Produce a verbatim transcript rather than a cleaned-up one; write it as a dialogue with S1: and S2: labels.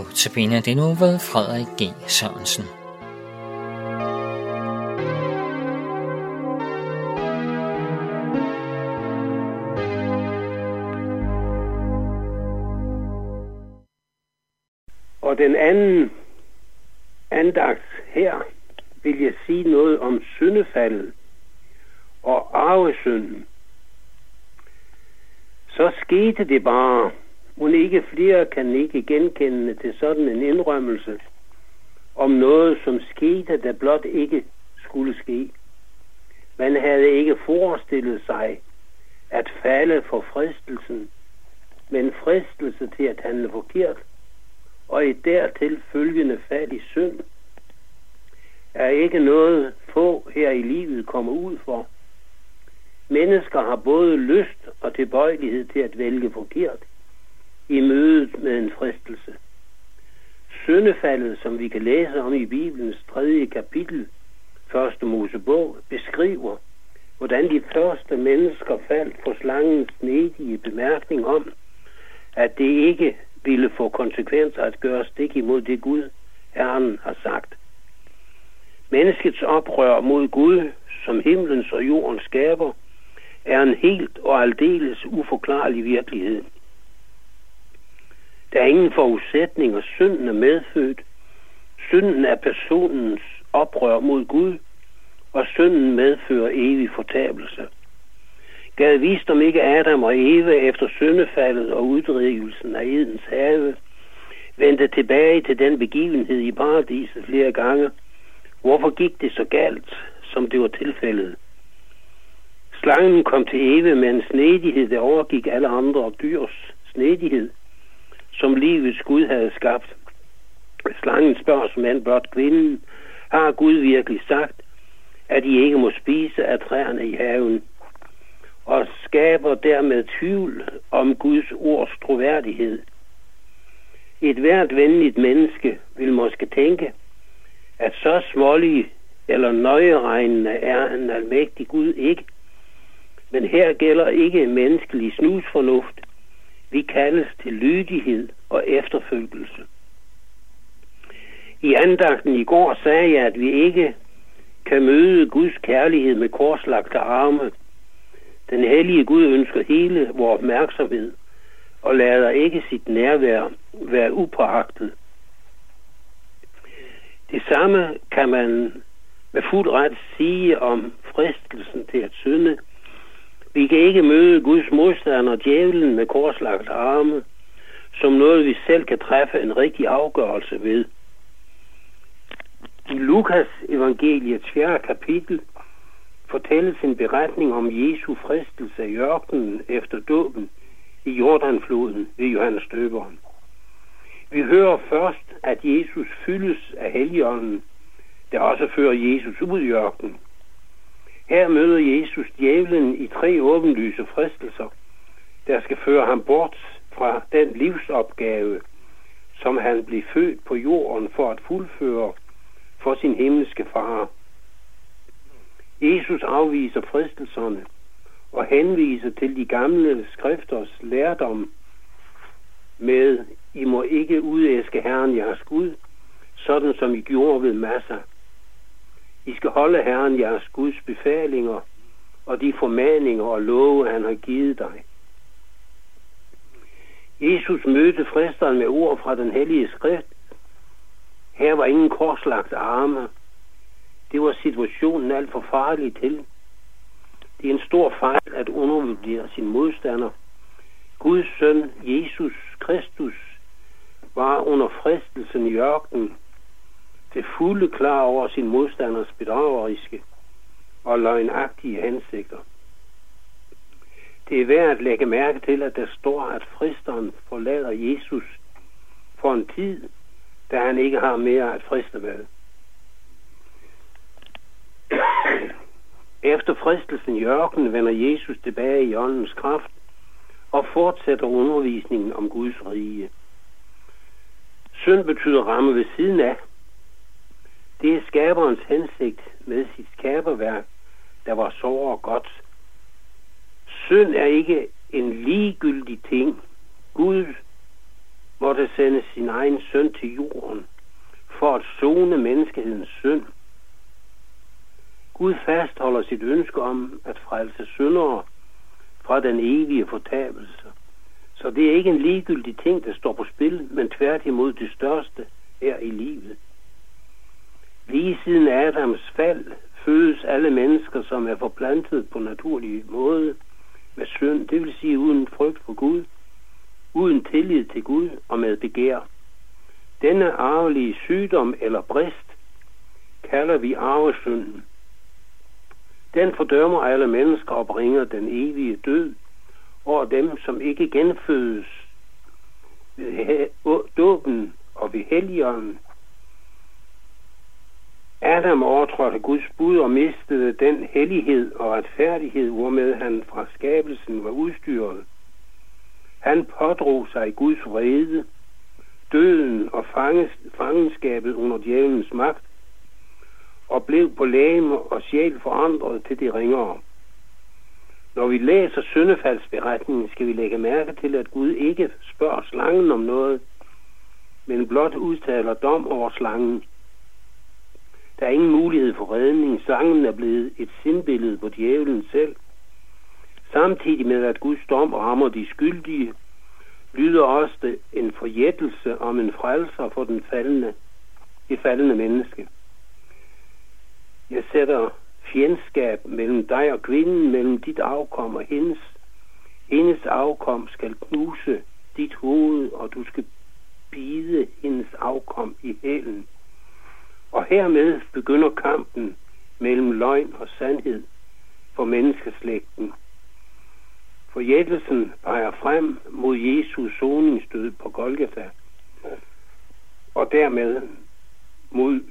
S1: Notabene det nu ved Frederik G. Sørensen.
S2: Og den anden andagt her vil jeg sige noget om syndefaldet og arvesynden. Så skete det bare, og ikke flere kan ikke genkende til sådan en indrømmelse om noget, som skete, der blot ikke skulle ske. Man havde ikke forestillet sig at falde for fristelsen, men fristelse til at handle forkert, og i dertil følgende fald i synd, er ikke noget få her i livet kommer ud for. Mennesker har både lyst og tilbøjelighed til at vælge forkert i mødet med en fristelse. Syndefaldet, som vi kan læse om i Bibelens tredje kapitel, første Mosebog, beskriver, hvordan de første mennesker faldt for slangens snedige bemærkning om, at det ikke ville få konsekvenser at gøre stik imod det Gud, Herren har sagt. Menneskets oprør mod Gud, som himlens og jordens skaber, er en helt og aldeles uforklarlig virkelighed. Der er ingen forudsætning, og synden er medfødt. Synden er personens oprør mod Gud, og synden medfører evig fortabelse. Gad vist om ikke Adam og Eva efter syndefaldet og uddrivelsen af Edens have vendte tilbage til den begivenhed i paradiset flere gange. Hvorfor gik det så galt, som det var tilfældet? Slangen kom til Eva med en snedighed, der overgik alle andre dyrs snedighed, som livets Gud havde skabt. Slangen spørger som end blot kvinden, har Gud virkelig sagt, at I ikke må spise af træerne i haven, og skaber dermed tvivl om Guds ords troværdighed. Et hvert venligt menneske vil måske tænke, at så smålig eller nøjeregnende er en almægtig Gud ikke. Men her gælder ikke menneskelig snusfornuft. Vi kaldes til lydighed og efterfølgelse. I andagten i går sagde jeg, at vi ikke kan møde Guds kærlighed med korslagte arme. Den hellige Gud ønsker hele vores opmærksomhed og lader ikke sit nærvær være upåagtet. Det samme kan man med fuld ret sige om fristelsen til at synde. Vi kan ikke møde Guds modstander, djævelen, med korslagte arme, som noget vi selv kan træffe en rigtig afgørelse ved. I Lukas evangeliets fjerde kapitel fortælles en beretning om Jesu fristelse i ørkenen efter dåben i Jordanfloden ved Johannes Døberen. Vi hører først, at Jesus fyldes af Helligånden, der også fører Jesus ud i ørkenen. Her møder Jesus djævlen i tre åbenlyse fristelser, der skal føre ham bort fra den livsopgave, som han blev født på jorden for at fuldføre for sin himmelske far. Jesus afviser fristelserne og henviser til de gamle skrifters lærdom med, I må ikke udæske Herren jeres Gud, sådan som I gjorde ved Massa. I skal holde Herren jeres Guds befalinger og de formaninger og love, han har givet dig. Jesus mødte fristeren med ord fra den hellige skrift. Her var ingen korslagte arme. Det var situationen alt for farlig til. Det er en stor fejl at undervurdere sin modstander. Guds søn, Jesus Kristus, var under fristelsen i ørkenen til fulde klar over sin modstanders bedrageriske og løgnagtige hensigter. Det er værd at lægge mærke til, at der står, at fristeren forlader Jesus for en tid, da han ikke har mere at friste med. Efter fristelsen i ørkenen vender Jesus tilbage i åndens kraft og fortsætter undervisningen om Guds rige. Synd betyder ramme ved siden af. Det er skaberens hensigt med sit skaberværk, der var såre godt. Synd er ikke en ligegyldig ting. Gud måtte sende sin egen søn til jorden for at sone menneskehedens synd. Gud fastholder sit ønske om at frelse syndere fra den evige fortabelse. Så det er ikke en ligegyldig ting, der står på spil, men tværtimod det største her i livet. Lige siden Adams fald fødes alle mennesker, som er forplantet på naturlig måde med synd, det vil sige uden frygt for Gud, uden tillid til Gud og med begær. Denne arvelige sygdom eller brist kalder vi arvesynden. Den fordømmer alle mennesker og bringer den evige død over dem, som ikke genfødes ved dåben og ved Helligånden. Adam overtrådte Guds bud og mistede den hellighed og retfærdighed, hvormed han fra skabelsen var udstyret. Han pådrog sig Guds vrede, døden og fangenskabet under djævelens magt, og blev på legeme og sjæl forandret til det ringere. Når vi læser syndefaldsberetningen, skal vi lægge mærke til, at Gud ikke spørger slangen om noget, men blot udtaler dom over slangen. Der er ingen mulighed for redning. Slangen er blevet et sindbillede på djævelen selv. Samtidig med, at Guds dom rammer de skyldige, lyder også en forjættelse om en frelser for den faldende, det faldende menneske. Jeg sætter fjendskab mellem dig og kvinden, mellem dit afkom og hendes. Hendes afkom skal knuse dit hoved, og du skal bide hendes afkom i hælen. Og hermed begynder kampen mellem løgn og sandhed for menneskeslægten. Forjættelsen peger frem mod Jesus soningsdød på Golgata, og dermed mod